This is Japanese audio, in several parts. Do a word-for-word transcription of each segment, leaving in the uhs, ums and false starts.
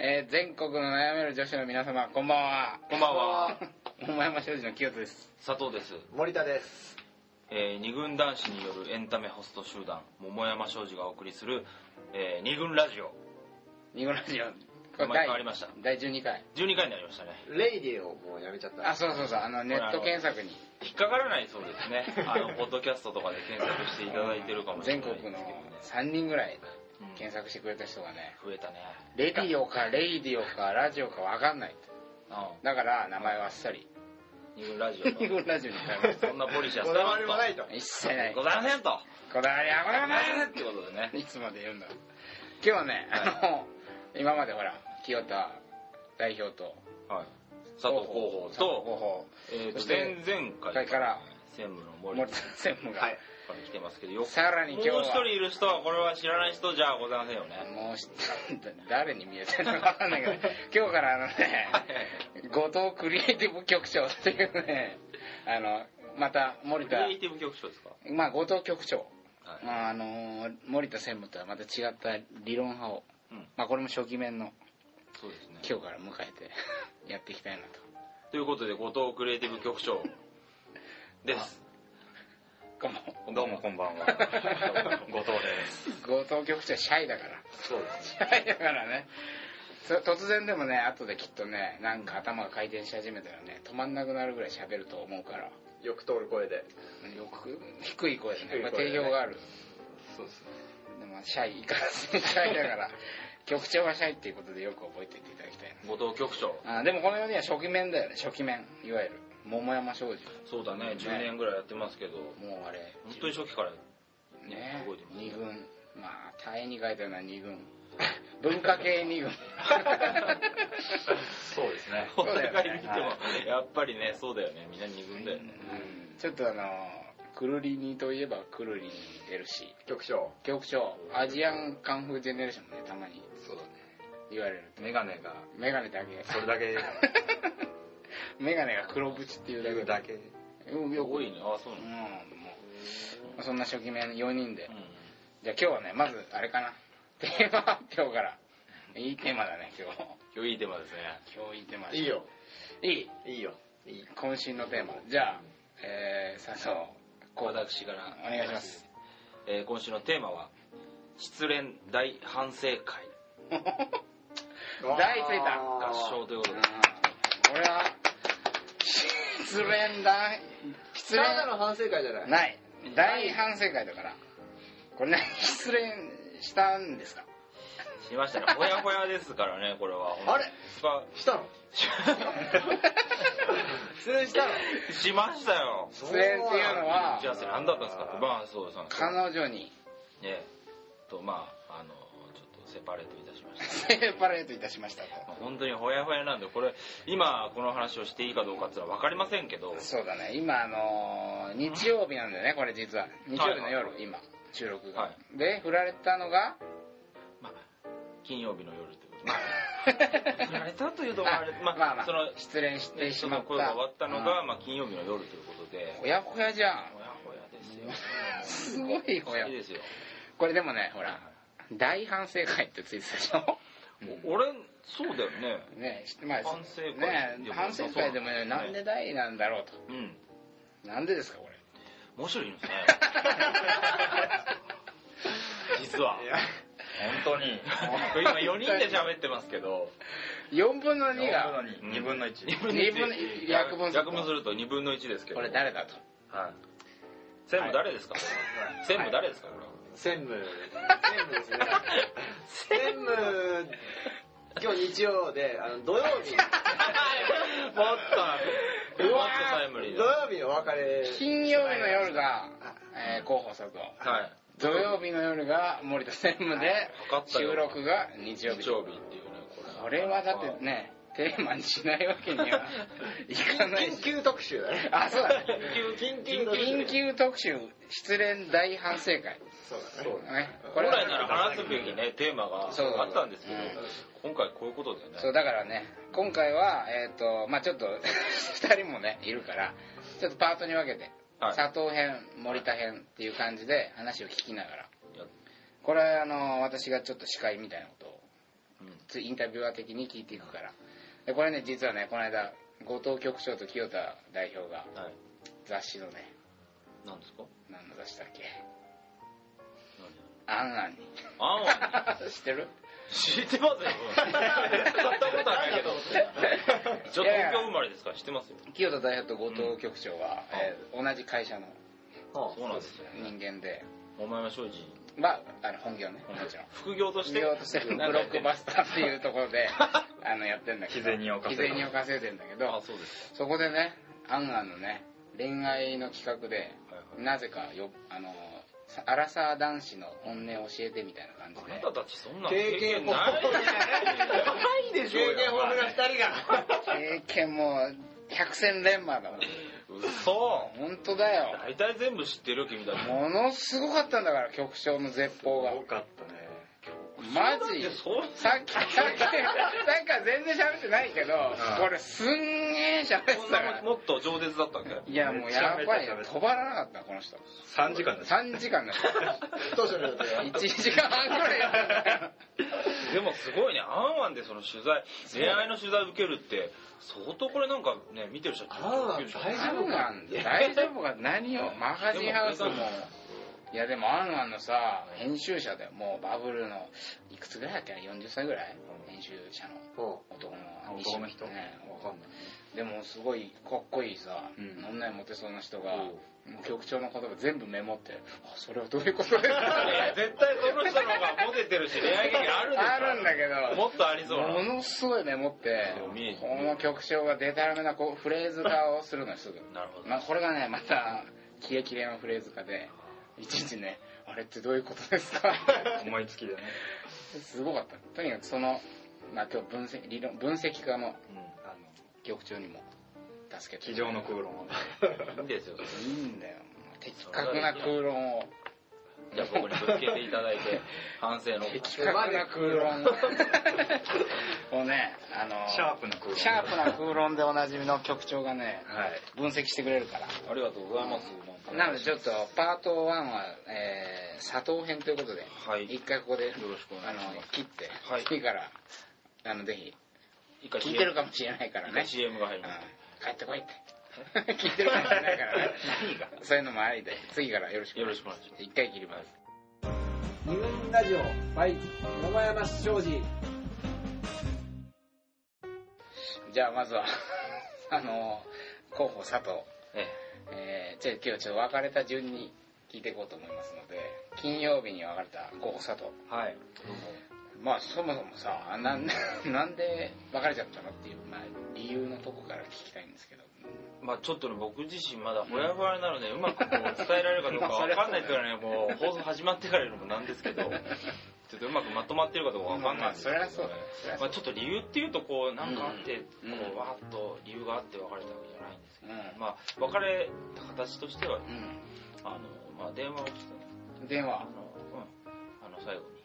えー、全国の悩める女子の皆様、こんばんは。 こんばんは。 桃山商事の清人です。 佐藤です。 森田です。 えー、二軍男子によるエンタメホスト集団桃山商事がお送りする、えー、二軍ラジオ。 二軍ラジオ。 名前変わりました。 だいじゅうにかい。 じゅうにかいになりましたね。 レイディをもうやめちゃった。 あ、そうそうそう。あのネット検索に引っかからないそうですね。あのポッドキャストとかで検索していただいてるかもしれないですけど、ね、 全国のさんにんぐらい検索してくれた人がね、 増えたね。 レディオかレイディオかラジオか分かんない。だから名前はあっさり二軍ラジオ。 二軍ラジオに変えました。 そんなポリシーはこだわりもないと。 一切ない。 ございませんと。 こだわりはございませんってことでね。 いつまで言うんだ。今日はね、あの今までほら清田代表と、 はい、佐藤広報と、えー、と前々回から専務の森田専務が、はい、 から来てますけど、よさらに今日はもう一人いる人はこれは知らない人じゃございませんよね。 もう誰に見えてるのか分かんないけど今日からあのね後藤クリエイティブ局長っていうね、あのまた森田クリエイティブ局長ですか。 まあ後藤局長、 はい、 まあ、あの森田専務とはまた違った理論派を、うん、まあこれも初期面のそうですね、 今日から迎えてやっていきたいなと。 ということで後藤クリエイティブ局長です。 どうもどうもこんばんは。後藤です。 後藤局長シャイだから。 そうです、 シャイだからね。突然でもね、後できっとね、なんか頭が回転し始めたらね、止まんなくなるぐらい喋ると思うから。 よく通る声で。 よく低い声でね。まあ、定評がある。 そうですね。 でもシャイいかずにシャイだから。局長がシャイっていうことでよく覚えておいていただきたいな。 後藤局長。 あでもこのようには初期面だよね。初期面、いわゆる桃山商事。 そうだね、じゅうねんぐらいやってますけど、 もうあれ本当に初期からね、動いてますね。二軍、まあ大に書いたような二軍、文化系二軍。 そうですね。 お互い見てもやっぱりね、そうだよね、みんな二軍だよね。 うん、ちょっとあのクルリニといえばクルリニエルシー局長局長アジアンカンフージェネレーションもね、たまにそうだね、 言われる。 メガネがメガネだけ、 それだけメガネが黒縁っていうだけだけよく多いね。あ、そうなの。 うん、もうそんな初期面よにんで、うん、じゃあ今日はね、まずあれかな、テーマ発表から。いいテーマだね今日。 今日いいテーマですね。 今日いいテーマ。 いいよ。 いい。 いいよ。いい。 渾身のテーマ。じゃあ、えー、佐藤。 私からお願いします。 えー、今週のテーマは失恋大反省会。 大ついた。 合唱ということで。 これは失恋大失恋の反省会じゃない。 ない。大反省会だから。これ何失恋したんですか。 しましたね。ほやほやですからね、これは。 あれしたの失恋したのしましたよ。 失恋っていうのは打ち合わせ何だったんですか。まあそうです。 彼女にねとまああのちょっとセパレートいたしました。 セパレートいたしましたと。 本当にほやほやなんで、これ今この話をしていいかどうかっていうのは分かりませんけど。 そうだね。今あの日曜日なんだよね、これ実は日曜日の夜、はい、今収録が、はい、で振られたのが、 まあ、金曜日の夜ってこと。まあ、振られたというとあれ、まあ、まあまあ、その失恋してしまった声が終わったのが、まあ、金曜日の夜ということで。 ほやほやじゃん。 ほやほやですよ。 すごいほや。 いいですよ。 これでもね、ほら、大反省会ってついてたでしょ。 俺そうだよね。 ね、まあ、 反省会ね、反省会でもね、なんで大なんだろうと。うん。なんでですかこれ。 面白いですね。実は。 本当に。 今よにんで喋ってますけど。 よんぶんのにがにぶんのいち。 にぶんのいち。約分するとにぶんのいちですけど。 これ誰だと。 はい。専務誰ですか。専務誰ですかこれ。 専務。専務ですね。専務。今日日曜で、あの土曜日。 もっと、もっとタイムリー。 土曜日のお別れ。 金曜日の夜が、えー、候補佐藤。 はい。 土曜日の夜が森田専務で、収録が日曜日。 日曜日っていうね、 これはだってね、テーマにしないわけにはいかないし。緊急特集だね。 あ、そうだね。 緊急緊急特集、失恋大反省会。 そうだね。 本来なら話すべきね、テーマがあったんですけど、今回こういうことだよね。 そう、だからね、今回は、えっと、まあちょっと、二人もね、いるから、ちょっとパートに分けて、はい、佐藤編、森田編っていう感じで話を聞きながら、これあの私がちょっと司会みたいなことをインタビュアー的に聞いていくから。でこれね実はねこの間後藤局長と清田代表がはい雑誌のね何ですか何の雑誌だっけ何あんあんにあんは知ってる知ってますよ買ったことはないけど一応東京生まれですから知ってますよ清田代表と後藤局長は、 うんえー同じ会社のそうなんですよ人間で桃山商事まああの本業ねもちろん副業として副業としてブロックバスターっていうところであのやってんだけど日銭を稼いで日銭を稼いでんだけどあそうですそこでねあんあんのね恋愛の企画ではいはいなぜかよあのアラサー男子の本音を教えてみたいな感じであなたたちそんな経験もないないでしょうよ。経験豊富な二人が。 経験も百戦錬磨だもん嘘本当だよ大体全部知ってる君だってものすごかったんだから局長の絶報が多かったね。 マジそうさっきさっきさっきから全然喋ってないけどうんこれすんげえ喋ってそんたからなもっと饒舌だったっけいやもうやばいよ止まらなかったこの人さんじかんださんじかんだ当初の予定は。 いちじかんはんくらいやったよでもすごいねあんあんでその取材恋愛の取材受けるって相当これなんかね見てる人はあんあん大丈夫あんあん大丈夫か何をマガジンハウスもいやでもあんあんのさ編集者だよもうバブルのいくつぐらいだっけなよんじゅっさいぐらい編集者の男の男の人ねわかんない。 でもすごいかっこいいさうん女にモテそうな人がもう局長の言葉全部メモってあそれはどういうことですかいや絶対その人の方がモテてるし恋愛経験あるんですからあるんだけどもっとありそうなものすごいメモってでも見えこの局長がデタラメなこうフレーズ化をするのよすぐなるほどまあこれがねまたキレキレのフレーズ化でいちいちねあれってどういうことですか思いつきでね。 すごかったとにかくそのまあ今日分析理論分析家のうあの局机にも助けて机上の空論を。 んいいんですよいいんだよ的確な空論をじゃあ僕にぶつけていただいて反省の的確な空論をねあのシャープな空論。 シャープな空論でおなじみの局長がねはい。 分析してくれるからありがとうございますなのでちょっとパートワンは、えー、佐藤編ということではい一回ここでよろしくお願いしますあの切って、 はい次からあのぜひ一回聞いてるかもしれないからね一回 シーエム が入りますうん帰ってこいって聞いてるかもしれないからね何がそういうのもありで次からよろしくよろしくお願いします一回切ります二軍ラジオ by 桃山商事。 じゃあまずはあの候補佐藤、 ええー、じゃあ今日ちょっと別れた順に聞いていこうと思いますので金曜日に別れた候補佐藤えはいまあそもそもさなんなんで別れちゃったのっていう、まあ、理由のとこから聞きたいんですけどまあちょっとね僕自身まだほやほやなのでうまくこう伝えられるかどうかわかんないっていうのはねもう放送始まってから言うのもなんですけどちょっとうまくまとまってるかどうかわかんないんですけど、 まあそりゃそうだよそりゃそうまあちょっと理由っていうとこうなんかあってこうんうわーっと理由があって別れたわけじゃないんですけど、 うんまあ別れた形としてはうあのまあ電話をしてたんですん電話あのうんあの最後に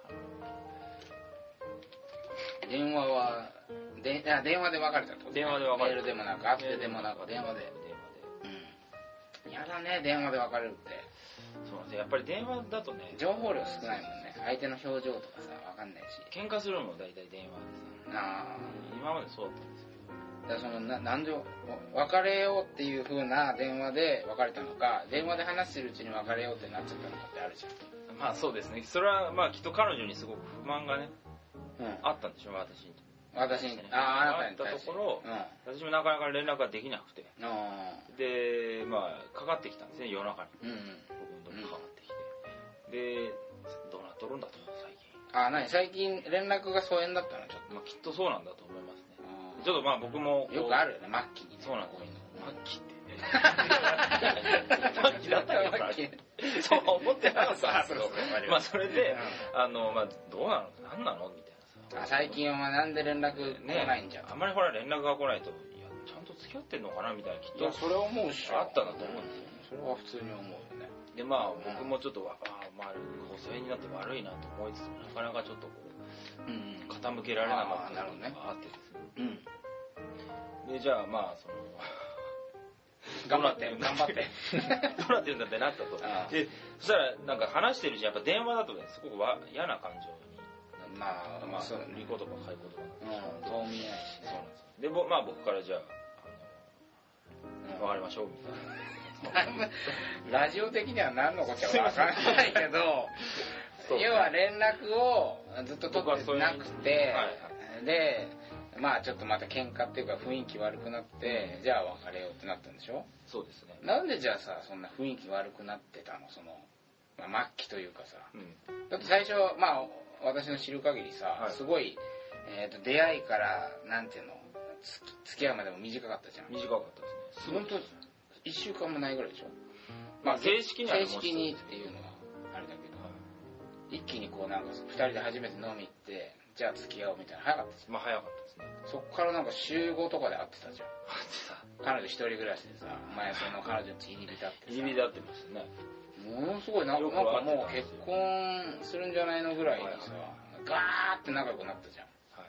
うん電話はであ電話で別れたってこと電話で別れたメールでもなく会ってでもなく電話で電話でうんやだね電話で別れるってそうなんですよやっぱり電話だとね情報量少ないもんね相手の表情とかさ分かんないし喧嘩するのも大体電話でさなあ今までそうだったんですけどだからそのななんで別れようっていう風な電話で別れたのか電話で話してるうちに別れようってなっちゃったのかってあるじまあそうですねそれはまあきっと彼女にすごく不満がねゃんうんあったんでしょう私に私にあああなたにあった対してところうんあ私もなかなか連絡ができなくてあでまあかかってきたんですね夜中にうんうん僕のとこかかってきてでどうなっとるんだと最近ああ何最近連絡が疎遠だったのちょっまあきっとそうなんだと思いますねとちょっとまあ僕もよくあるよね末期にねそうなんですこいよ末期って末期だったよ末期そう思ってなかったんですけどそうそうそうまあそれであのまあどうなの何なのみたいなさあ最近はなんで連絡来ないんじゃんあんまりほら連絡が来ないといやちゃんと付き合ってんのかなみたいなきっとそれ思うっしょあったんだと思うんですよそれは普通に思うよねでまあ僕もちょっとああまあ疎遠になって悪いなと思いつつもなかなかちょっとこううん傾けられなかったあーなるほどねのがあってですねうんでじゃあまあその頑張って頑張ってどうなってるんだってなったとああでそしたらなんか話してるうちにやっぱ電話だとねすごくわ嫌な感情になっまあまあそうリコとかカイコとかうん遠見えないしそうなんですでぼまあ僕からじゃああの分かりましょうみたいなラジオ的には何のことかわからないけど要は連絡をずっと取ってなくて、はい、でまあちょっとまた喧嘩っていうか雰囲気悪くなって、うん、じゃあ別れようってなったんでしょ。 そうですね。 なんでじゃあさそんな雰囲気悪くなってたのその、まあ、末期というかさ、うん、だって最初まあ私の知る限りさ、はい、すごい、えー、と出会いからなんていうの付き合うまでも短かったじゃん。 短かったですね。 本当いっしゅうかんもないぐらいでしょ。 まあ正式には正式にっていうのはあれだけど、はい、一気にこうなんかふたりで初めて飲み行ってじゃあ付き合おうみたいな早かったです。 まあ早かったですね。 そっからなんか週ごとかで会ってたじゃん。彼女一人暮らしでさ、前その彼女って入り浸ってさ。 入り浸ってますね。 ものすごいなんかもう結婚するんじゃないのぐらいにさ、ガーって仲良くなったじゃん。はい、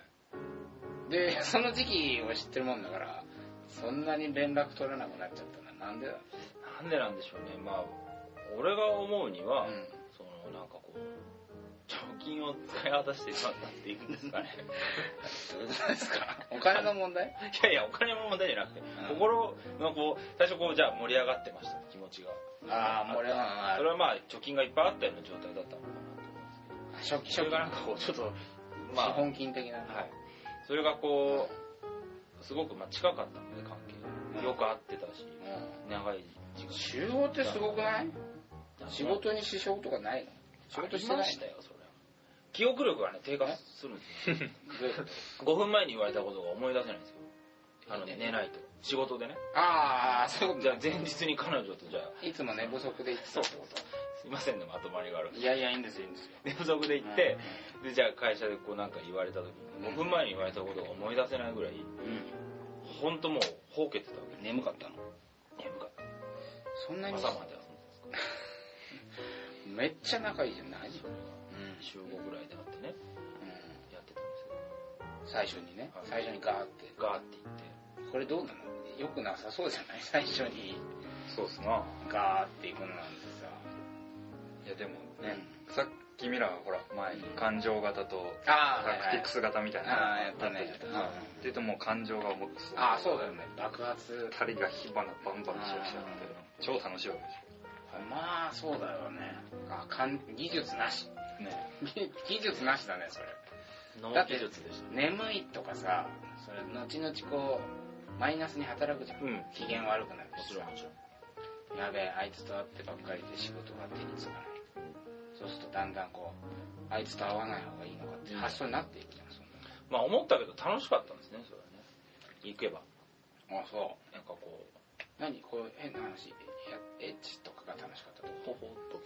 でその時期を知ってるもんだから、そんなに連絡取らなくなっちゃったのはなんでだ。 なんでなんでしょうね。まあ俺が思うには、うん、そのなんかこう。貯金を使い果たしてしまったっていうんですかね。 どういうことですか。お金の問題？ いやいや、お金の問題じゃなくて、うん、心のこう最初こうじゃあ盛り上がってました気持ちが。 ああ盛り上がる。 それはまあ貯金がいっぱいあったような状態だったのかなと思うんですけど。初期それがなんかこうちょっとまあ資本金的な。はい。 それがこうすごくまあ近かったので関係、うん、よく会ってたし、うん、長い時間。 集合ってすごくない？仕事に支障とかないの？仕事してないしたよそれ。記憶力がね低下するんですよ。ごふんまえに言われたことが思い出せないんですよ。あのね寝ないと仕事でね。 ああそういうこと。 じゃあ前日に彼女とじゃあいつも寝不足で行ってたってこと。 すいませんねまとまりがある。 いやいやいいんですよいいんですよ。 寝不足で行って、うん、でじゃあ会社でこうなんか言われた時にごふんまえに言われたことが思い出せないぐらい、うん、本当もうほうけてたわけ。 眠かったの。 眠かった。 そんなに朝まで遊んでたんですか。 めっちゃ仲いいじゃん。何？ 週ごぐらいで会ってね、うん、やってたんですよ。 最初にね、はい、最初にガーってガーって言って、 これどうなの？よくなさそうじゃない？最初にそうっすなガーっていくのなんてさ。 いやでもね、うん、さっきミラーがほら前に感情型とタクティクス型みたいなのがあったじゃん。 でともう感情がもうああそうだよね。爆発たりが火花バンバンしちゃって超楽しいわけでしょ。 まあそうだよね。あかん技術なし。ね、技術なしだねそれ。 だって眠いとかさそれ後々こうマイナスに働くじゃん、うん、機嫌悪くなるしさ。もちろんもちろん。やべえあいつと会ってばっかりで仕事が手につかない。そうするとだんだんこうあいつと会わない方がいいのかって発想になっていくじゃん。そんなまあ思ったけど楽しかったんですねそれはね。行けば。 あそうなんかこう何こう変な話エッチとかが楽しかったとほほっと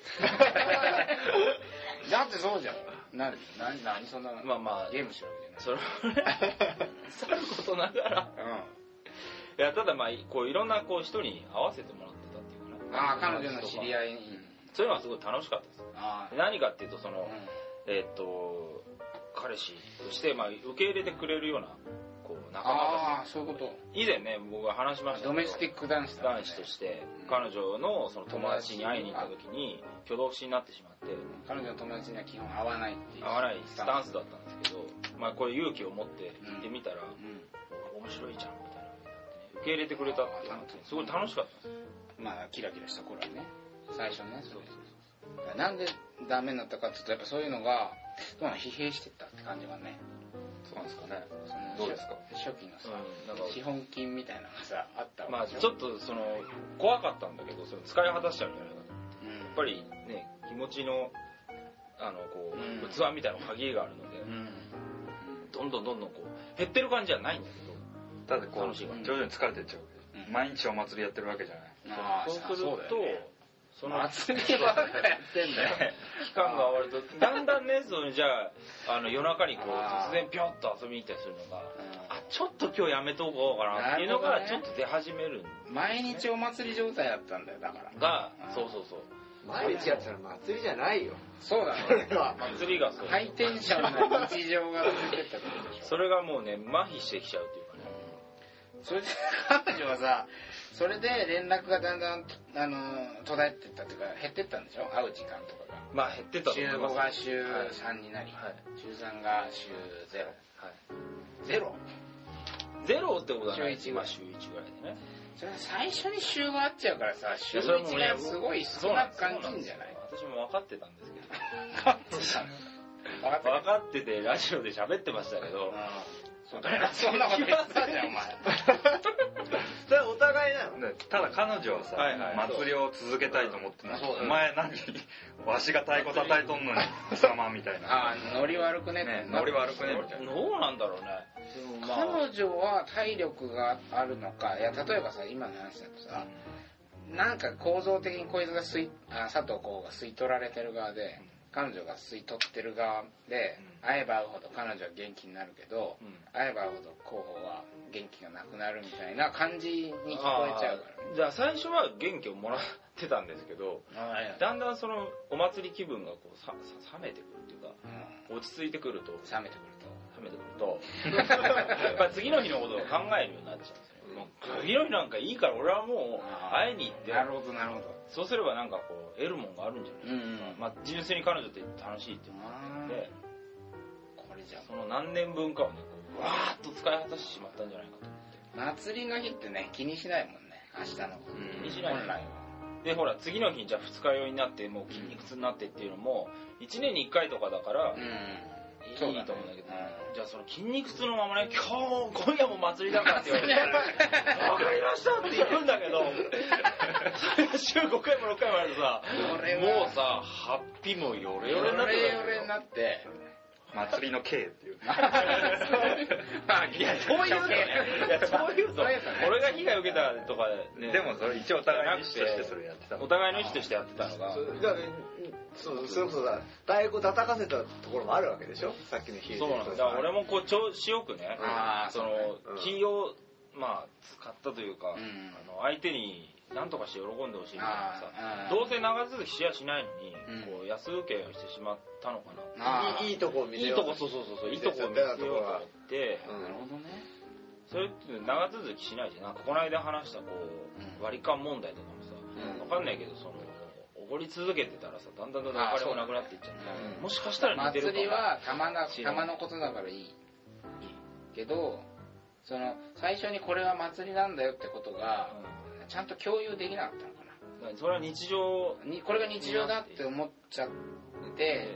だってそうじゃん。なになにそんなまあまあゲームしろみたいなそれさることながら、うん、いやただまあこういろんなこう人に会わせてもらってたっていうかな。 ああ彼女の知り合いに、うん、 そういうのはすごい楽しかったです。あ何かっていうとその、うん、えー、っと彼氏としてまあ受け入れてくれるようなこう仲間たち。ああそういうこと。 以前ね僕が話しましたけどドメスティック男子、ね、 男子として彼女のその友達に会いに行った時に挙動不審になってしまって彼女の友達には基本会わないっていう会わないスタンスだったんですけど、まあこれ勇気を持って行ってみたら、うん、面白いじゃんみたいな風になってね受け入れてくれたっていうのすごい楽しかったんですよ。 まあキラキラした頃はね最初ね。そうそうそう。なんでダメになったかっていうとやっぱそういうのがどうなの疲弊してったって感じがね。 そうなんですかね。 そのどうですか。 初期のさ、うん、なんか資本金みたいなのがさあったわけでしょ。まあちょっとその怖かったんだけどその使い果たしちゃうんじゃないかと、うん、やっぱりね気持ちのあのこう、うん、器みたいな限りがあるので、うん、どんどんどんどんこう減ってる感じはないんだけどただこう徐々に疲れていっちゃうわけで、うん、毎日お祭りやってるわけじゃない。 あそうするとその祭りばっかやってんだよ期間が終わるとだんだんねそのじゃああの夜中にこう突然ピョッと遊びに行ったりするのがあちょっと今日やめとこうかなっていうのがちょっと出始めるんです、ね、 毎日お祭り状態だったんだよだからがそうそうそう毎日やったら祭りじゃないよ。 そうだね祭りがそうハイテンションな日常が続いてったってことでしょ。 それがもうね麻痺してきちゃうっていうかねそれで彼女はさ、それで連絡がだんだんあの途絶えてったっていうか減ってったんでしょ、会う時間とかが。 まあ減ってたと思います。 週ごが週さんになり、はい、週さんが週ゼロ、はい、ゼロゼロってことはない。 週いちぐらい、 まあ、週いちぐらいでね。 それは最初に週があっちゃうからさ、週いちがすごい少なく感じるんじゃない？ 私も分かってたんですけど分かってた分かっててラジオで喋ってましたけど、 そんなこと言ってたじゃんお前。 それはお互いなの。 ただ彼女はさ、はいはい、祭りを続けたいと思ってない。お前何わしが太鼓叩いとんのに貴様みたいな。 ああ、ノリ悪くねね、ノリ悪くねみたいな。 どうなんだろうね。 まあ、彼女は体力があるのか、いや例えばさ今の話だとさ、うん、なんか構造的にこいつが吸いあ佐藤候補が吸い取られてる側で、彼女が吸い取ってる側で、うん、会えば会うほど彼女は元気になるけど、うん、会えば会うほど候補は元気がなくなるみたいな感じに聞こえちゃうからね。 じゃあ最初は元気をもらってたんですけど、だんだんそのお祭り気分がこうささ冷めてくるっていうか、うん、落ち着いてくると冷めてくると冷めてくるとやっぱ次の日のことを考えるようになっちゃうんですよ。もう次の日なんかいいから俺はもう会いに行って、 なるほどなるほど、 そうすればなんかこう得るもんがあるんじゃないですか、うんうん、まあ純粋に彼女って楽しいっていうのがあって、これじゃその何年分かをねこうわーっと使い果たしてしまったんじゃないかと思って。 祭りの日ってね気にしないもんね、明日のこと、 うん、気にしない本来は。でほら次の日にじゃあ二日酔いになってもう筋肉痛になってっていうのもいちねんにいっかいとかだから、うんいいと思うんだけど、うん、じゃあその筋肉痛のままね今日今夜も祭りだからって言われて分かりましたって言うんだけどそれ週ごかいもろっかいもあるとさもうさハッピーもヨレヨレになってヨレヨレになって祭りの刑っていういやそういうのねいやそういうの俺が被害を受けたとかね。 でもそれ一応お互いの意思としてそれやってたお互いの意思としてやってたのがそうそれこそさ太鼓叩かせたところもあるわけでしょ、さっきの日。 そうなんだ。だから俺もこう調子よくねその気をまあ使ったというか、あの相手に何とかして喜んでほしいみたいなさ、どうせ長続きしやしないのに、こう安請けをしてしまったのかな。 いいとこを見せよう。 いいとこそうそうそういいとこを見せようと思って。 なるほどね。 それって長続きしないし、なんかこの間話したこう割り勘問題とかもさ、わかんないけどそのおごり続けてたらさ、だんだんだんだんお金もなくなっていっちゃう。もしかしたら似てるかも。 祭りはたまなたまのことだからいいけど、その最初にこれは祭りなんだよってことが。ちゃんと共有できなかったのかな。それは日常にこれが日常だって思っちゃって、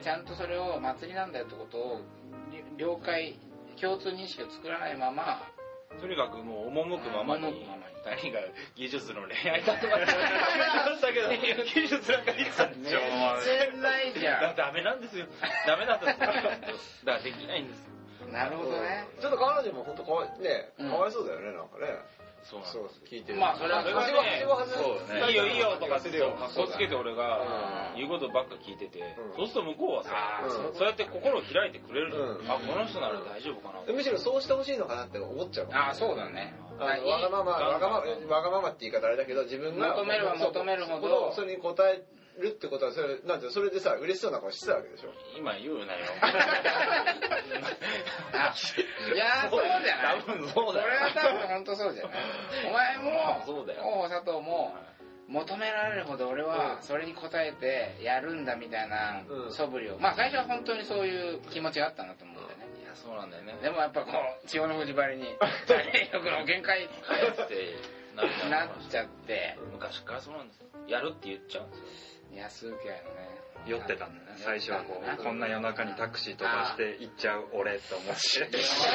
ちゃんとそれを祭りなんだよってことを了解共通認識を作らないまま、 とにかくもう赴くままに何が技術の恋愛だとかって言いましたけど技術なんかいつだって全然ないじゃん。 ダメなんですよ。ダメなんですよ。だからできないんですよ。 なるほどね。 ちょっと彼女も本当かわいね、かわいそうだよね、なんかね。 そうなんです。 聞いてる。 まあそれはね、 いいよいいよとかってかっこつけて俺が言うことばっか聞いてて、そうすると向こうはさ、そうやって心を開いてくれるじゃん。あ、この人なら大丈夫かな。 むしろそうしてほしいのかなって思っちゃう。 あ、そうだね。 わがままわがままわがままって言い方あれだけど、自分が求めるは求めるほどそれに応えるってことはそれなんてそれでさ嬉しそうな顔してたわけでしょ。 今言うなよ。 いやそうじゃない。 多分そうだよ。 これは多分本当そうじゃない。お前もそうだよ。 お佐藤も求められるほど俺はそれに応えてやるんだみたいな素振りを、まあ最初は本当にそういう気持ちがあったなと思うんだよね。 いやそうなんだよね。 でもやっぱこう千代の富士張りに体力の限界ってなっちゃって昔からそうなんですよ。やるって言っちゃうんですよ。 安請け合いのね。 酔ってたんだね。最初はこうこんな夜中にタクシー飛ばして行っちゃう俺と思って。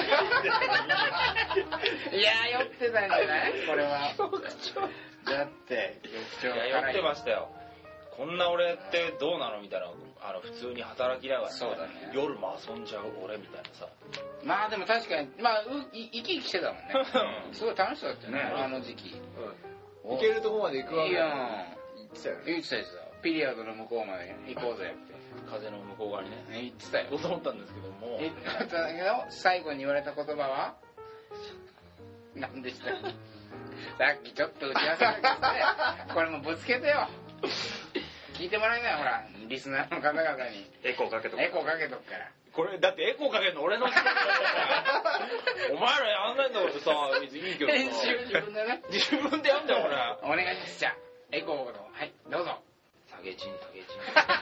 いや酔ってたんじゃない？これは。だっていや酔ってましたよ。こんな俺ってどうなのみたいな、あの普通に働きながら、ね、 そうだね、 夜も遊んじゃう俺みたいなさ。 まあでも確かにまあう生き生きしてたもんね。すごい楽しそうだったよね、あの時期。 うん、行けるとこまで行くわけ。 いいやん。 言ってたよね。 言ってたよ。ピリオドの向こうまで行こうぜって。 風の向こう側にね。 言ってたよ。 そう思ったんですけども。 言ってたけど最後に言われた言葉は何でしたっけ？さっきちょっと打ち合わせだけどね、これもぶつけてよ。聞いてもらえないほらリスナーの方々にエコーかけとくエコーかけとくからこれだってエコーかけるの俺の仕事だよお前らやんないんだからさ別にいいけどさ編集自分でね自分でやんだよ俺お願いしますじゃあエコーのはいどうぞ下げチン下げチン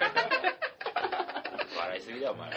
笑いすぎだよお前ら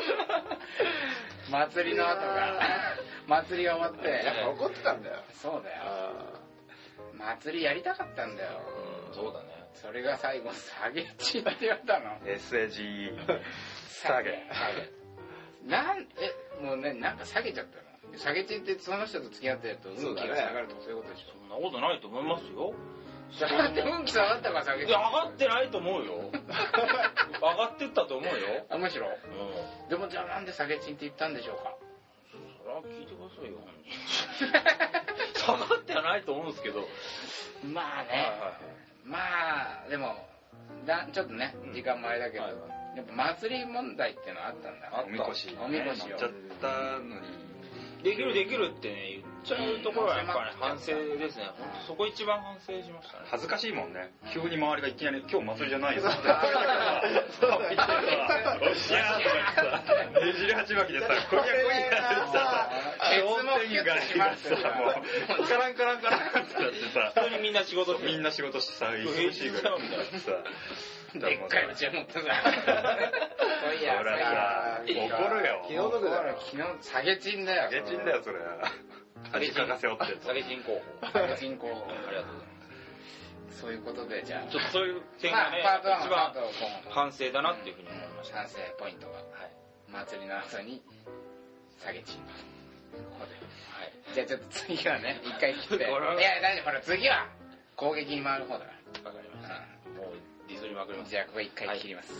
祭りの後が祭りが終わってやっぱ怒ってたんだよ。 そうだよ祭りやりたかったんだようんそうだねそれが最後下げチンって言われたのエスエージー 下げなんえもうねなんか下げちゃったの下げチンってその人と付き合ってると運気が下がるとかそういうことでしょそんなことないと思いますよだって運気下がったから下げチンいや上がってないと思うよ上がってったと思うよあむしろうんでもじゃあなんで下げチンって言ったんでしょうかそれは聞いてくださいよ本人下がってはないと思うんですけどまあね、 はいはいはいまあでもだちょっとね時間もあれだけど、 はいはいやっぱ祭り問題っていうのはあったんだおみこしおみこしを乗っちゃったのにできるできるってね言っちゃうところはやっぱり、ね、反省ですね本当そこ一番反省しましたね恥ずかしいもんね急に周りがいきなり今日祭りじゃないよってそうおっしゃーとかさねじり鉢巻きでさこにゃこにゃってさ商店街がさもうカランカランカランってなってさ本当にみんな仕事してみんな仕事してさ忙しいぐらいでさでっかいうちわ持ってさそういやそりゃさ怒るよ気の毒だよ。 昨日下げチンだよ下チンだよそれ恥かかせおって下げ人口下げチン候補ありがとうございますそういうことでじゃあちょっとそういう点がね、 まあ、パートワン一番はパート今後反省だなっていうふうに思いました、 反省ポイントがはい祭りの後に下げチンここではいじゃあちょっと次はね一回切っていこれはや大丈夫ほら次は攻撃に回る方だかわかりました、 ら、 もうディスりまくりますうんじゃあここ一回切ります、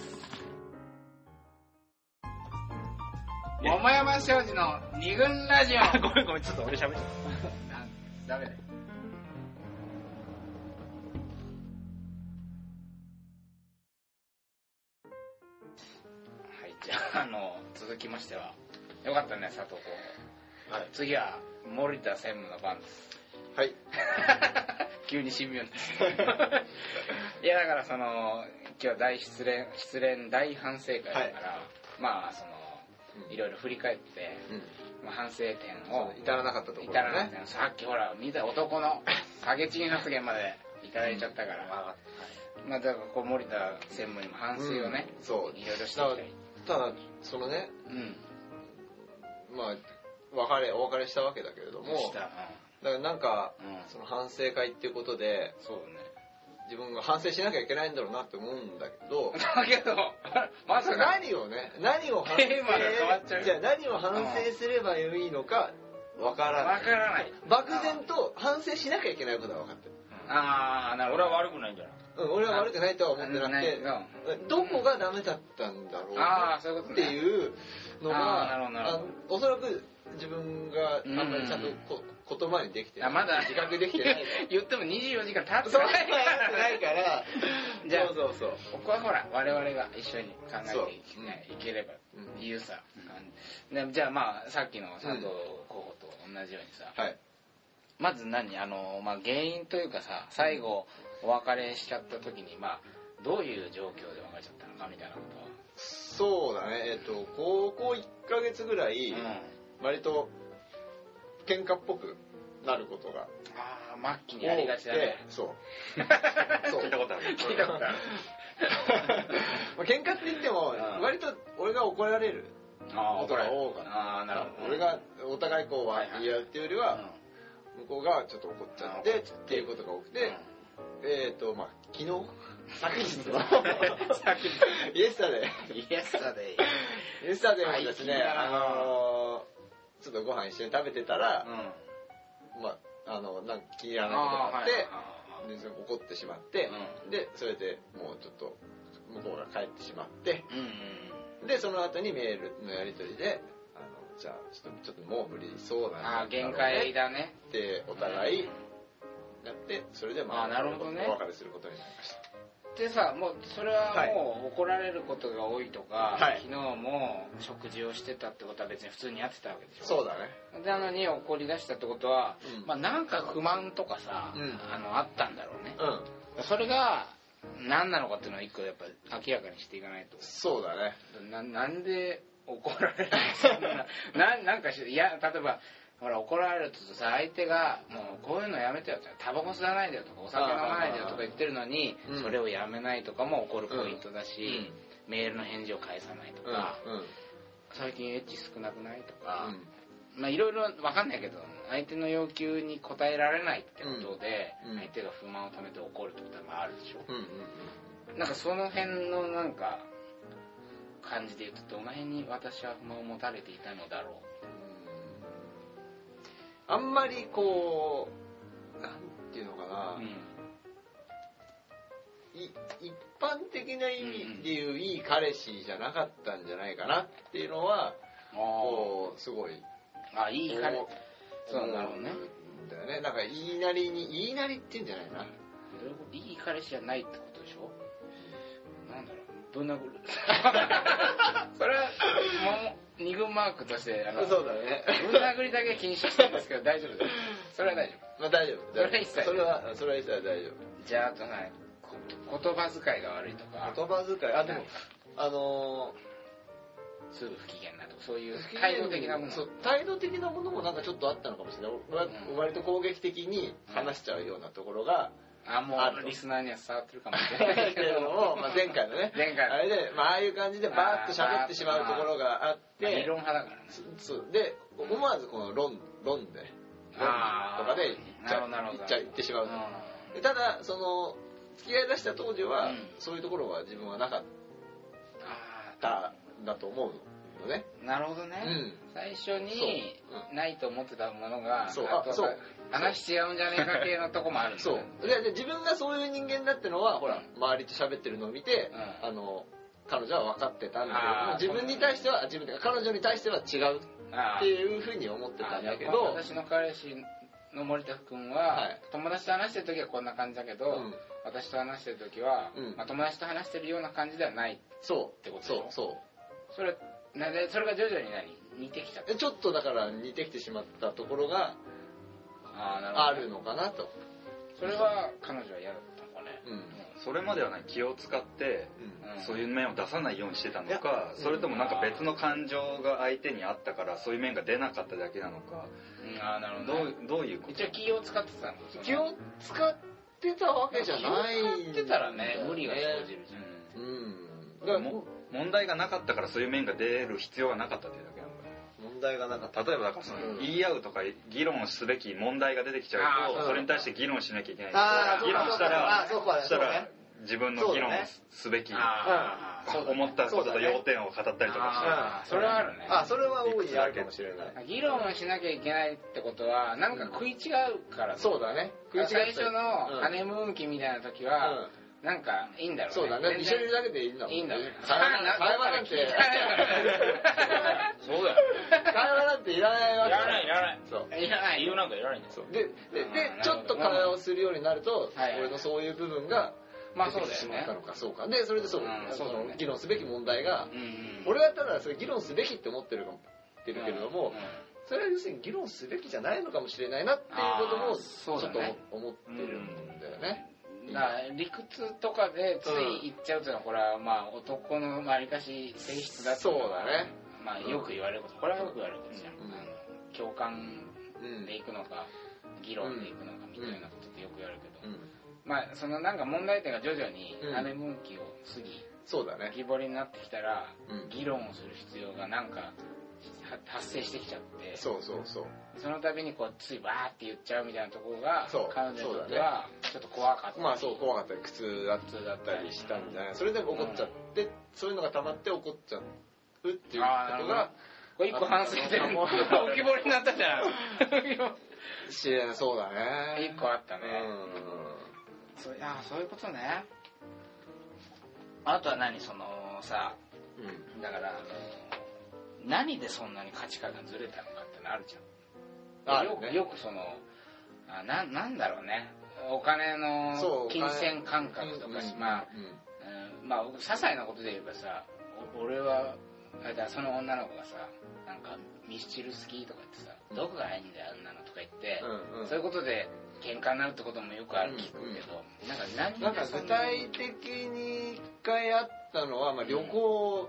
桃山商事の二軍ラジオごめんごめんちょっと俺喋ってなんダメだよはいじゃああの続きましてはよかったね佐藤候補、 はい次は森田専務の番ですはい。 急に神妙ですいやだからその今日大失恋失恋大反省会だから、 はいまあそのうんいろいろ振り返って、 うん。 まあ、反省点を至らなかったところ至らなねくてさっきほら見た男の下げチン発言までいただいちゃったから、まあだからこう森田専務にも反省をね、 うんそういろいろしていきたいただそのね、 うんまあ別れお別れしたわけだけれども、 した、 だからなんかうんうん、 その反省会っていうことでそうね自分が反省しなきゃいけないんだろうなって思うんだけどだけどまさか何をね何を反省テーマが変わっちゃうじゃあ何を反省すればいいのかわからないわからない漠然と反省しなきゃいけないことは分かってる、 ああなるほど俺は悪くないんじゃないうん、俺は悪くないとは思ってなくないてうんどこがダメだったんだろうあなあそういうことねっていうのあーなるほがどなるほどあおそらく自分があんまりちゃんとこ言葉にできてないあまだ自覚できてない言ってもにじゅうよじかん経ってそうなないないからじゃあそうそうそうここはほら我々が一緒に考えていき,、 そうねいければうん言うさ、でじゃあまあさっきの佐藤候補と同じようにさ、 はいまず何あの、まあ、原因というかさ最後お別れしちゃった時にまあどういう状況で別れちゃったのかみたいなことはそうだねえっと高校いっかげつぐらい割と喧嘩っぽくなることがああ末期にありがちだねそうそう聞いたことある聞いたことあるまあ喧嘩って言ってもうん割と俺が怒られるあことが多かったああなるほど俺がお互いこうは言い合うっていうよりはうん向こうがちょっと怒っちゃってっていうことが多くてえっとまあ昨日昨日のイエスタでイエスタでイエスタでもですね最近だなあのーちょっとご飯一緒に食べてたらうんまああのなんか気に入らないことがあってあでそれ怒ってしまってうでそれでもうちょっと向こうが帰ってしまってうんうんでその後にメールのやり取りであのじゃあちょっとちょっともう無理そうなんだああ限界だねってお互いやってそれでまああなるほどねお別れすることになりました。 でさもうそれはもう怒られることが多いとか、 はい昨日も食事をしてたってことは別に普通にやってたわけでしょそうだね。 なのに怒り出したってことは、 うんまあなんか不満とかさ、 うんあのあったんだろうね、 うん。 それが何なのかっていうのを一個やっぱ明らかにしていかないとそうだね。 ななんで怒られないそんなななんかしいや例えばほら怒られるとさ相手がもうこういうのやめてよってタバコ吸わないでよとかお酒飲まないでよとか言ってるのにそれをやめないとかも怒るポイントだし、うん、メールの返事を返さないとか、うんうん、最近エッチ少なくないとか、うん、まあいろいろ分かんないけど相手の要求に応えられないってことで、うん、相手が不満をためて怒るってことはあるでしょ、うんうんうん、なんかその辺のなんか感じで言うとどの辺に私は不満を持たれていたのだろう。 あんまりこうなんていうのかな、うん、い一般的な意味でいういい彼氏じゃなかったんじゃないかなっていうのは、うん、こうすごいあいい彼氏そうだろうねだよね。なんか言いなりに言いなりっていうんじゃないな。 いい彼氏じゃないってことでしょ。なんだろうぶん殴るそれはもう二軍マークとしてあのそうだねぶん殴りだけ禁止してるんですけど大丈夫ですそれは大丈夫、 まあ、大丈夫それは一切それはそれは一切大丈夫。 じゃああとね言葉遣いが悪いとか言葉遣いあでもあのー、すぐ不機嫌なとかそういう態度的なものそう態度的なものもなんかちょっとあったのかもしれない、うん、割と攻撃的に話しちゃうようなところが、うん、 あもうリスナーには伝わってるかもしれないけども、まあ、前回のね前回のあれで、まあ、ああいう感じでバーッと喋ってしまうところがあって、 まあ、理論派だからねそうで思わずこの論論で論とかで言っちゃう言っちゃ言ってしまうとただその付き合い出した当時は、うん、そういうところは自分はなかったんだと思うのね。 なるほどね、うん、最初にないと思ってたものがそうあそう話違うんじゃねえか系のとこもあるんだ、ね、 そうで自分がそういう人間だってのはほら周りと喋ってるのを見て、うん、あの彼女は分かってたんだけど自分に対しては自分で彼女に対しては違うっていうふうに思ってたんだけど私の彼氏の森田君は、はい、友達と話してる時はこんな感じだけど、うん、私と話してる時は、うんまあ、友達と話してるような感じではないってことでしょ。 そうそうそれなんでそれが徐々に何似てきちゃったちょっとだから似てきてしまったところがあ, なるほど、ね、あるのかなと。 それは彼女は嫌だったのかね、うんうん、それまでは、ね、気を使って、うん、そういう面を出さないようにしてたのか、うん、それともなんか別の感情が相手にあったからそういう面が出なかっただけなのか、 うん、あなるほど、ね、 どう、どういうこと。 一応気を使ってたの。 気を使ってたわけじゃない。 気を使ってたらね無理が生じるじゃん、うんうん、だからも問題がなかったからそういう面が出る必要はなかったというだけなのか。 問題がなかった。 例えばだからその、うん、言い合うとか議論すべき問題が出てきちゃうと そ, それに対して議論しなきゃいけない。 あ議論したらそしたら自分の議論すべき、ね、思ったことと要点を語ったりとかして、それはあるね。 あそれは大いにあるかもしれない。 議論しなきゃいけないってことはなんか食い違うから、ね、 そうだね。 食い違う最初のハネムーン期みたいな時は、うん、なんかいいんだろうね。 そうだね。一緒にいるだけでいいんだもんね。 いいんだもんね。 会話なんてそうだよ。 会話なんていらないわけ。 いらないいらない。 そう。 いらない。理由なんかいらないんだよ。 でででちょっと会話をするようになると、俺のそういう部分がまあそうだよね。 そうか。でそれでそう、うん、その議論すべき問題が、うんうん、俺はただそれ議論すべきって思ってるかもってるけれども、うんうん、それは要するに議論すべきじゃないのかもしれないなっていうこともちょっと思ってるんだよね。 だから理屈とかでつい言っちゃうというのはこれはまあ男のわりかし性質だと、 そうだね。 まあよく言われること、これはよく言われることじゃん。うん、共感でいくのか、議論でいくのかみたいなことってよく言われるけど、うん、まあそのなんか問題点が徐々にハネムーン期を過ぎ、 そうだね。 浮き彫りになってきたら、うん、議論をする必要がなんか発生してきちゃって、 そうそうそう。 その度にこうついバーって言っちゃうみたいなところが彼女にとってはちょっと怖かった。 まあそう怖かったり苦痛だったりしたんじゃない。それで怒っちゃって、うん、そういうのが溜まって怒っちゃうっていうことが。 これ一個反省点浮き彫りになったじゃん。 そうだね。 一個あったね。うん。そういやそういうことね。あとは何そのさ、うん、だからあの何でそんなに価値観がずれたのかってのあるじゃん。あるね、よくよくそのあななんだろうね。お金の金銭感覚とかし、まあ、うん、まあ些細なことで言えばさ、俺はあれだその女の子がさなんかミスチル好きとか言ってさ、うん、どこがいいんだよあんなのとか言って、うんうん、そういうことで喧嘩になるってこともよくある聞くけど、うんうん、なんか何なんか具体的に一回あったのは、まあ、旅行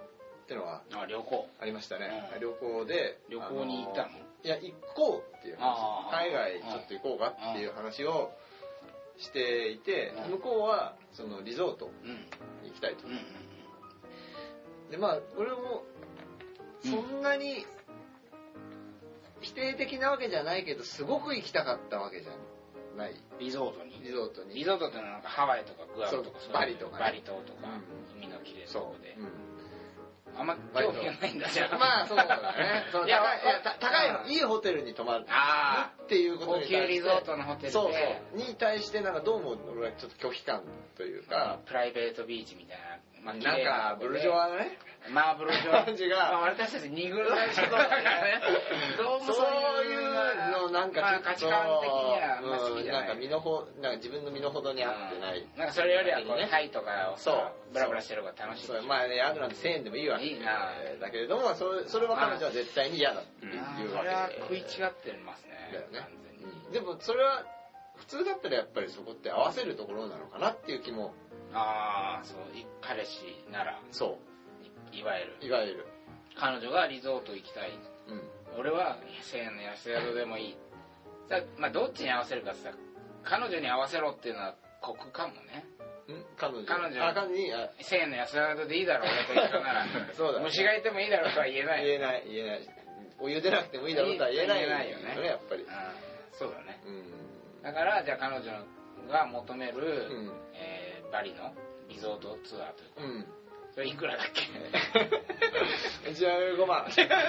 ってのはあ旅行ありましたね、 うん、 旅行で旅行に行ったの？ いや行こうっていう話、海外ちょっと行こうかっていう話をしていて、向こうはそのリゾートに行きたいと、うんうんうん、でまあ俺もそんなに否定的なわけじゃないけどすごく行きたかったわけじゃない。 リゾートにリゾートにリゾートってのはなんかハワイとかグアムとかバリとか、ね、 バリ島とか、うん、海の綺麗なとこで、うん、あんま興味がないんだじゃん。 まあそうだね。その高いいや高いいいホテルに泊まるっていうことに対して高級リゾートのホテルでそうそうに対してなんかどうも俺はちょっと拒否感というか、 うん、プライベートビーチみたいな。まあ、 なんかブルジョワのねまあブルジョワ感じが、 まあ、私たち二軍の人だからねどうもそういうのなんかちょっと、 まあ、価値観的には、まあ、好きじゃない、 うん、なんか身のほなんか自分の身の程に合ってない、 うん、なんかそれよりはこう、ね、タイとかをそうブラブラしてる方が楽しい。 そうまあね宿なんてせんえんでもいいわけいいなだけれどもそれそれは彼女は絶対に嫌だっていうわけで、 それは食い違ってますね。 だよね、 完全に、 うん、でもそれは普通だったらやっぱりそこって合わせるところなのかなっていう気も。 ああそう彼氏ならそうい, いわゆるいわゆる彼女がリゾート行きたい、うん、俺はせんえんの安宿でもいいさ、まあ、どっちに合わせるかってさ彼女に合わせろっていうのは酷かもね。 ん彼女彼女あ彼女にせんえんの安宿でいいだろう俺と一緒ならそうだ、ね、虫がいてもいいだろうとは言えない言えない言えないお湯出なくてもいいだろうとは言えないよねやっぱり、うん、 そうだね、うん、だからじゃあ彼女が求める、うんえー、バリのリゾートツアーというか、うん、それいくらだっけじゅうごまん高え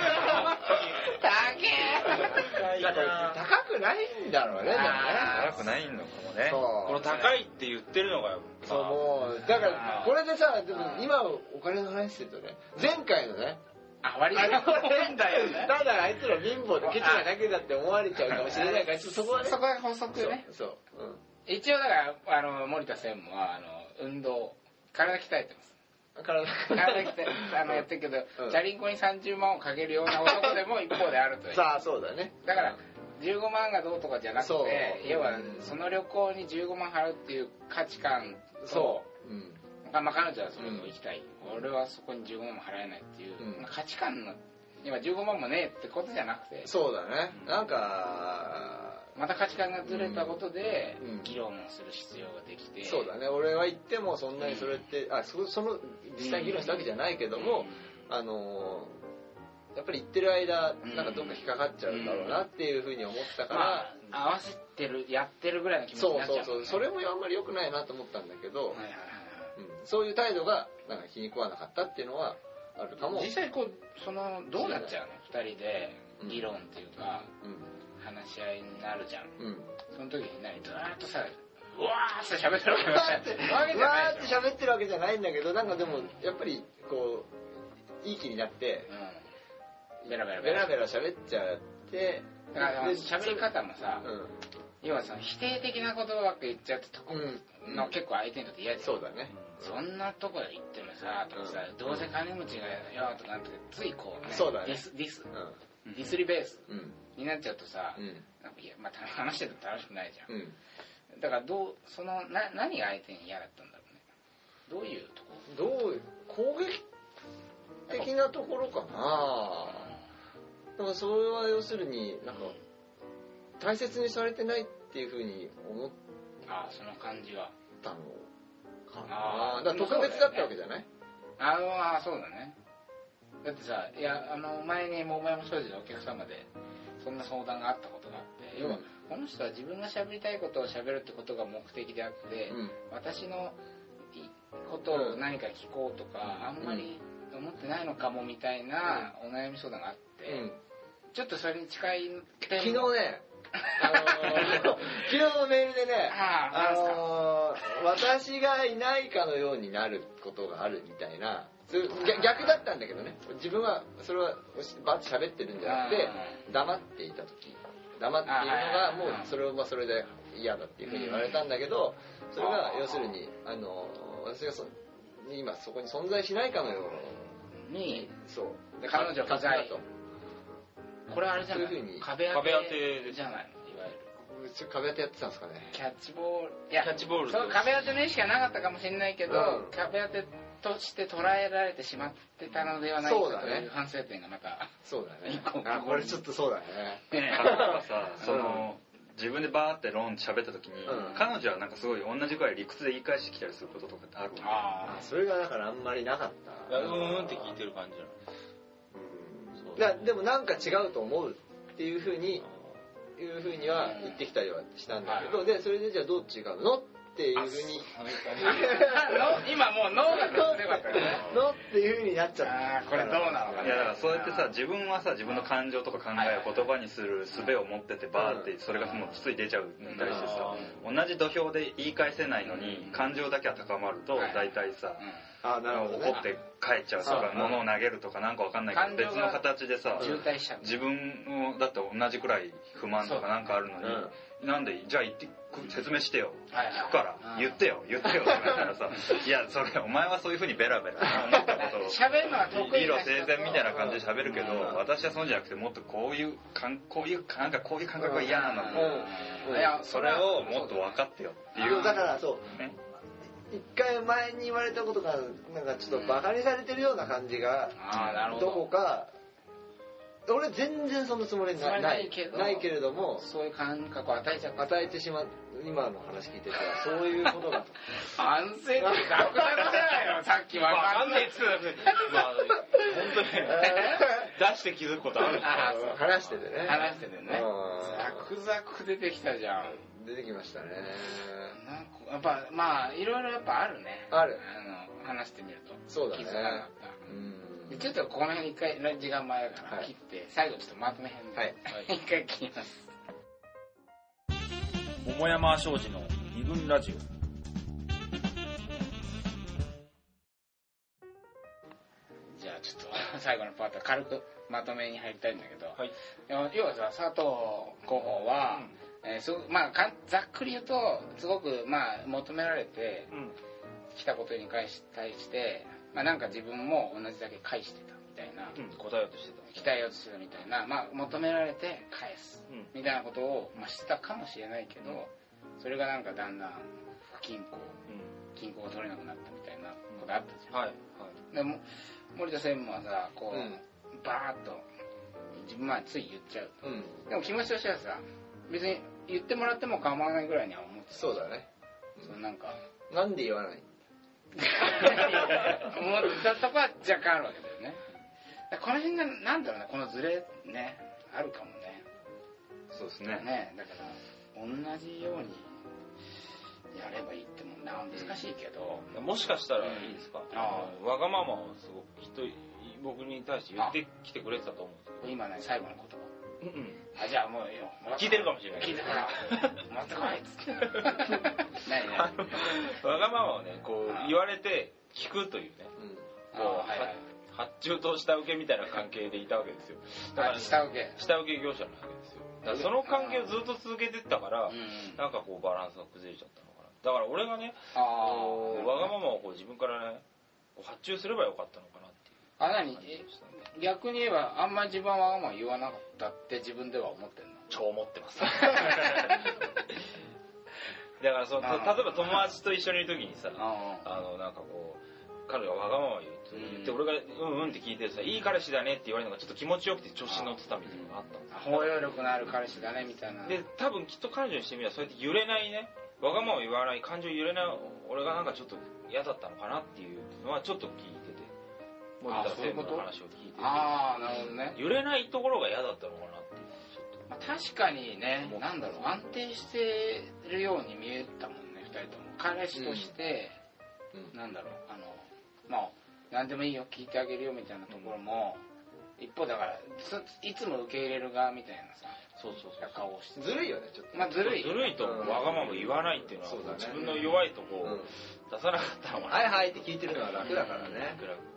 高くないんだろうね。 高くないのかもね。この高いって言ってるのがよ、 まあ、そうもうだからこれでさでも今お金の話するとね前回のねあ割り変だよね。 ただあいつら貧乏でケチなだけだって思われちゃうかもしれないからそこはねそこが法則ね。 そう、そう、うん一応だからあの森田専務はあの運動体鍛えてます。体鍛えあのやってるけど、うん、チャリンコにさんじゅうまんをかけるような男でも一方であるという。 さあそうだね。 だからじゅうごまんがどうとかじゃなくて、要はその旅行にじゅうごまん払うっていう価値観と、そう、うん、まあ彼女はそれも行きたい、うん、俺はそこにじゅうごまんも払えないっていう、うん、価値観の今じゅうごまんもねえってことじゃなくて、 そうだね。なんか。 また価値観がずれたことで議論をする必要ができて、うん、 そうだね。俺は言ってもそんなにそれって、うん、あ そ, その実際に議論したわけじゃないけども、うん、あのやっぱり言ってる間なんかどっか引っかかっちゃうんだろうなっていうふうに思ったから、 うんまあ、合わせてるやってるぐらいの気持ちになっちゃう、ね、 そうそうそうそれもあんまり良くないなと思ったんだけど、はいはいはいうん、そういう態度がなんか気に食わなかったっていうのはあるかも。 実際こうそのどうなっちゃうのふたりで議論っていうか、うん話し合いになるじゃん、うん、その時に何ずーっとさうわーって喋ってるわけじゃないでしょうわーって喋ってるわけじゃないんだけどなんかでもやっぱりこういい気になって、 うん、ベラベラベラベラ喋っちゃってだから喋り方もさ、うん、要はその否定的なことばっか言っちゃうとこの、うん、結構相手にとって嫌じゃん。 そうだね。 そんなとこで言ってもさとかさ、うん、どうせ金持ちがよとかなんてついこうねそうだねディスディス、うん、ディスリベース、うんになっちゃうとさ、うん、なんかいやまあ、話してても楽しくないじゃん、うん、だからどうそのな何が相手に嫌だったんだろうね。どういうところどう攻撃的なところかな。だからそれは要するになんか大切にされてないっていうふうに思ったあその感じはたのかな。だから特別だったわけじゃない。 ああそうだね。だってさいやあの前に桃山商事のお客様でそんな相談があったことがあって、うん、要はこの人は自分が喋りたいことを喋るってことが目的であって、うん、私のことを何か聞こうとか、うん、あんまり思ってないのかもみたいなお悩み相談があって、うん、ちょっとそれに近い昨日ねあのー、昨日のメールでね、あのー、私がいないかのようになることがあるみたいな逆だったんだけどね。自分はそれはバッと喋ってるんじゃなくて黙っていた時黙っているのがもうそれはそれで嫌だっていうふうに言われたんだけどそれが要するにあの私がそ今そこに存在しないかのようにそう彼女不在とこれあれじゃないそういうふうに壁当てじゃないのいわゆる壁当てやってたんですかね。 キャッチボールいやキャッチボールその壁当ての意識はなかったかもしれないけど、うん、壁当てとして捉えられてしまってたのではないかという反省点がまたそうだね。 一個あ、これちょっとそうだね。 例えばさ、その自分でバーってロンって喋った時に、うん、彼女はなんかすごい同じくらい理屈で言い返してきたりすることとかってあるの？ ああ、それがだからあんまりなかった。 いや、うんうんって聞いてる感じじゃない。うん。いやでもなんか違うと思うっていうふうにいうふうには言ってきたりはしたんだけど、でそれでじゃあどう違うのっていうふうに今もう脳がどうすればいいのっていうふうになっちゃった。 あこれどうなのかな。 いやだからそうやってさ、自分はさ自分の感情とか考えを言葉にする術を持っててバーってそれがもうつい出ちゃうに対してさ、同じ土俵で言い返せないのに感情だけは高まると大体さ、 あなるほど、ね、 怒って帰っちゃうとか物を投げるとかなんかわかんないけど別の形でさ自分だって同じくらい不満とかなんかあるのに、うん、なんでじゃあ言って説明してよ、聞くから言ってよ言ってよって言ったらさいやそれお前はそういう風にベラベラ思ったことを喋るのは得意理路整然みたいな感じで喋るけど、私はそうじゃなくてもっとこういうこういうなんかこういう感覚が嫌なのに、うん、いやそれをもっと分かってよっていう。 だからそう、ね、一回前に言われたことがなんかちょっとバカにされてるような感じがどこか、俺全然そのつもりないないけどないけれどもそういう感覚を与えちゃった与えてしまう。今の話聞いてたらそういうことだと反省ってなくなるじゃないのさっきわかんないっつうのまあ本当に出して気づくことある。 あ話しててね話しててねザクザク出てきたじゃん。 出てきましたね。 なんかやっぱまあいろいろやっぱあるね。 ある。 あの話してみるとそうだね。 気づかなかった。うんでちょっとこの辺一回時間前だから切って、はい、最後ちょっとまとめ編で、はい、一回切ります。 桃山商事の二軍ラジオ。 じゃあちょっと最後のパート軽くまとめに入りたいんだけど、 はい、 要はさ佐藤候補は、うんえー、すごまあかざっくり言うとすごくまあ求められてきたことに対して、まあ、なんか自分も同じだけ返してたみたいな、 うん、答えようとしてた期待をしてたみたいな、まあ、求められて返すみたいなことを、まあ、してたかもしれないけど、うん、それがなんかだんだん不均衡、うん、均衡が取れなくなったみたいなことあったじゃん、はいはい、でも森田専務はさこう、うん、バーッと自分までつい言っちゃうと、うん、でも気持ちとしてはさ別に言ってもらっても構わないぐらいには思ってた。 そうだね、 うん、そのなんかなんで言わない思ったとこは若干あるわけだよね。この辺がなんだろうねこのズレねあるかもね。 そうですね。 ねだから同じようにやればいいってもんな難しいけど、 もしかしたらいいですか、うん、あわがままをすごくきっと僕に対して言ってきてくれてたと思うんですけど今ね最後の言葉うんうん、あじゃあもういいよ聞いてるかもしれない聞いてるから持ってこいっつって何何わがままをねこう言われて聞くというね、うん、こう、はいはい、発注と下請けみたいな関係でいたわけですよ。 だから下請け下請け業者なわけですよ。だからその関係をずっと続けてったから、うん、なんかこうバランスが崩れちゃったのかな。だから俺がねわがままをこう自分からねこう発注すればよかったのかなっていう。 あ何逆に言えばあんまり自分はわがまま言わなかったって自分では思ってんの？ 超思ってます。だからその例えば友達と一緒にいる時にさあのなんかこう彼がわがまま言って、うん、俺がうんうんって聞いてさいい彼氏だねって言われるのがちょっと気持ちよくて調子に乗ってたみたいなのがあったんですよ。包容力のある彼氏だねみたいな。 で多分きっと彼女にしてみればそうやって揺れないねわがまま言わない感情揺れない俺がなんかちょっと嫌だったのかなっていうのはちょっと聞いてて森田専務の話を聞いててああなるほどね揺れないところが嫌だったのかなっていうちょっと、 まあ、確かにねなんだろう安定してるように見えたもんねふたりとも彼氏として、うん、なんだろうあのまあ何でもいいよ聞いてあげるよみたいなところも、うん、一方だからいつも受け入れる側みたいなさそうそうそう顔をしてずるいよねちょっとまあずるいずるいとわがまま言わないっていうのは、ね、自分の弱いとこを出さなかったのかな、 はいはいって聞いてるのは楽だからね、 楽楽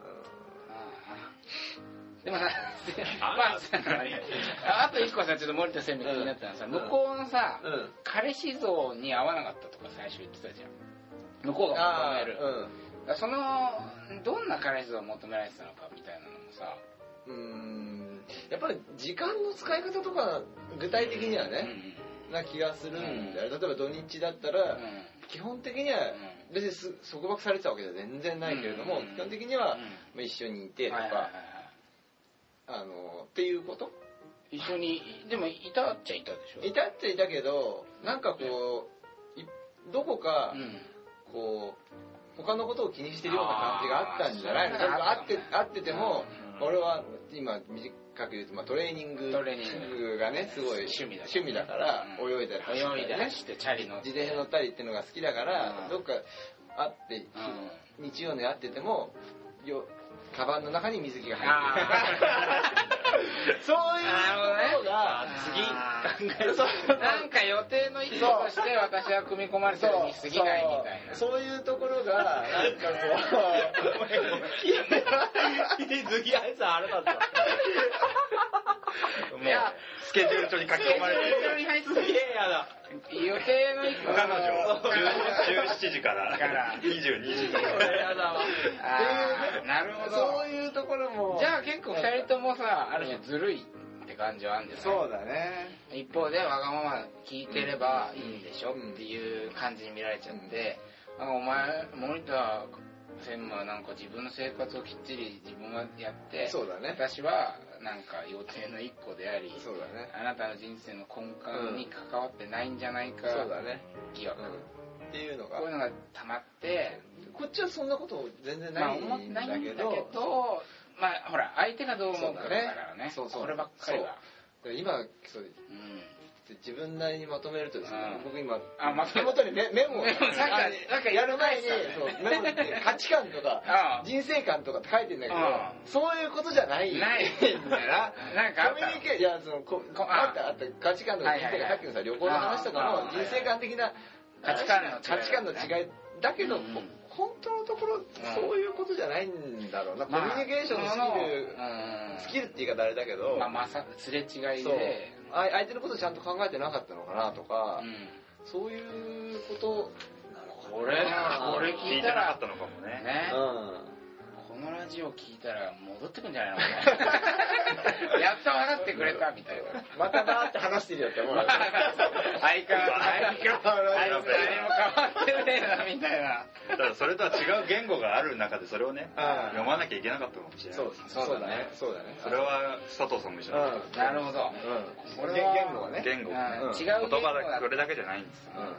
でもさ、まあ、あと一個さ、ちょっと森田専務気になったのはさ、向こうのさ、うん、彼氏像に合わなかったとか最初言ってたじゃん。向こうが求める。うん、その、どんな彼氏像を求められてたのかみたいなのもさ、 うーん、やっぱり時間の使い方とか、具体的にはね、 な気がするんだよ、うん、例えば土日だったら、うん、基本的には別に束縛されてたわけじゃ全然ないけれども、うん、基本的には、まあ、一緒にいてとか、はいはいはい、あのっていうこと一緒にでもいたっちゃいたでしょ。 いたっちゃいたけどなんかこうどこかこう他のことを気にしてるような感じがあったんじゃないの。会って会ってても、うん、俺は今短く言うと、まあ、トレーニングがねすごい趣味だ趣味だから、うん、泳いだり走ったり、ね、 してチャリの自転車乗ったりっていうのが好きだから、うん、どっか会って、うん、日曜に会っててもよカバンの中に水着が入ってるそういうところが次考えるなんか予定の一個として私は組み込まれてるに過ぎないみたいなそういうところがなんかこう水着あいつあれだったもうスケジュール帳に書き込まれてるすげえやだ予定の一個彼女じゅうしちじからにじゅうにじとかやだわなるほどそういうところもじゃあ結構ふたりともさある種ずるいって感じはあるんじゃない。 そうだね。 一方でわがまま聞いてればいいんでしょっていう感じに見られちゃって、うん、お前森田専務はなんか自分の生活をきっちり自分はやってそうだ、ね、 私はなんか予定の一個でありそうだ、ね、 あなたの人生の根幹に関わってないんじゃないか、 そうだね疑惑、うん、 っていうのがこういうのが溜まってこっちはそんなこと全然ないんだけど、まあ、思ってないんだけどまあほら相手がどう思うかだからねそうそうこればっかりは今そう、うん自分なりにまとめるとですね、うん、僕今あ、ま、 手元にメメモをなんかやる前にそうメモって価値観とか人生観とかって書いてるんだけどそういうことじゃないんだよななんかコミュニケーションいやそのこあったあった価値観とか人生観さっきのさ旅行の話とかの人生観的な価値観の価値観の違いだけど、うん、本当のところ、うん、そういうことじゃないんだろうな、まあ、コミュニケーションのスキル、うん、スキルって言い方あれだけど、 まあ、まさすれ違いで相手のことをちゃんと考えてなかったのかなとか、うん、そういうことなのかな。 これこれ聞いたら聞いてなかったのかもね。 ね、うん、このラジオ聞いたら戻ってくんじゃないのやっと分かってくれたみたいなまたバーって話してるよって思う相変わらず相変わらず何も変わってねえなみたいなだからそれとは違う言語がある中でそれをね読まなきゃいけなかったかもしれない。 そうそうだねそうだねそれは佐藤さんも一緒だ、 うん、なるほど、 うん、これは言語はね言語がね、 うん、違う言葉だこれだけじゃないんです、 うん、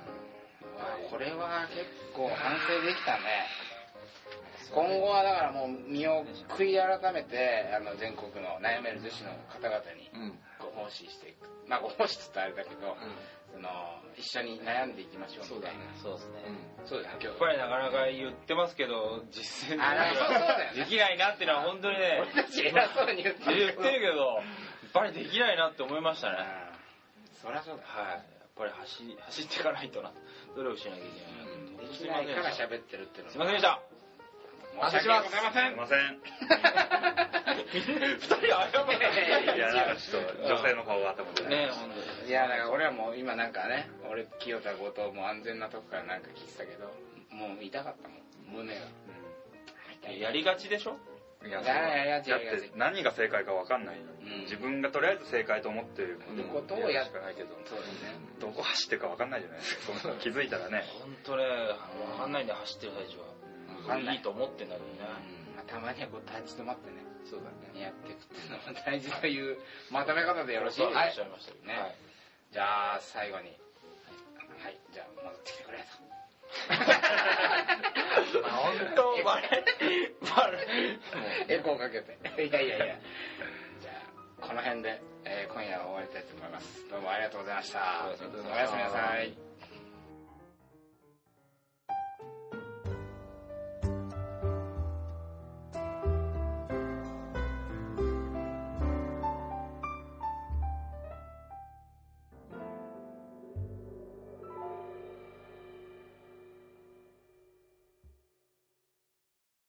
これは結構反省できたね。今後はだからもう身を悔い改めてあの全国の悩める女子の方々にご奉仕していく、うん、まあご奉仕って言ったらあれだけど、うん、その一緒に悩んでいきましょうみたいな。 そうですね、 うん、そうですね。 やっぱりなかなか言ってますけど実践できないなっていうのは本当にね俺たち偉そうに言ってる言ってるけどやっぱりできないなって思いましたね。 そりゃそうだ。 はい。やっぱり走走っていかないとな努力しなきゃいけないなと。 できないから喋ってるっていうの。 すいませんでした。 申し訳ございません。 すいません。 二人謝れ。 いやなんかちょっと女性の顔が頭でね。 いやだから俺はもう今なんかね、俺清田後藤も安全なとこからなんか聞いてたけど、もう痛かったもん胸が。 やりがちでしょ。 いやいやいやだって何が正解か分かんないのに、うん、自分がとりあえず正解と思ってることをやるしかないけど、 そうですね、 どこ走ってるか分かんないじゃないですか気づいたらね本当ね分かんないんで走ってる最中は、うん、いいと思ってんだけどね、 うんまあ、たまにはこう立ち止まってねそうだねやっていくっていうのも大事というまとめ方でよろしいですか。 はい、おっしゃいましたけどね、 はい、じゃあ最後にはい、はい、じゃあ戻ってきてくれと本当バレバレエコーかけていやいやいやじゃあこの辺で、えー、今夜は終わりたいと思います。どうもありがとうございました。おやすみなさい。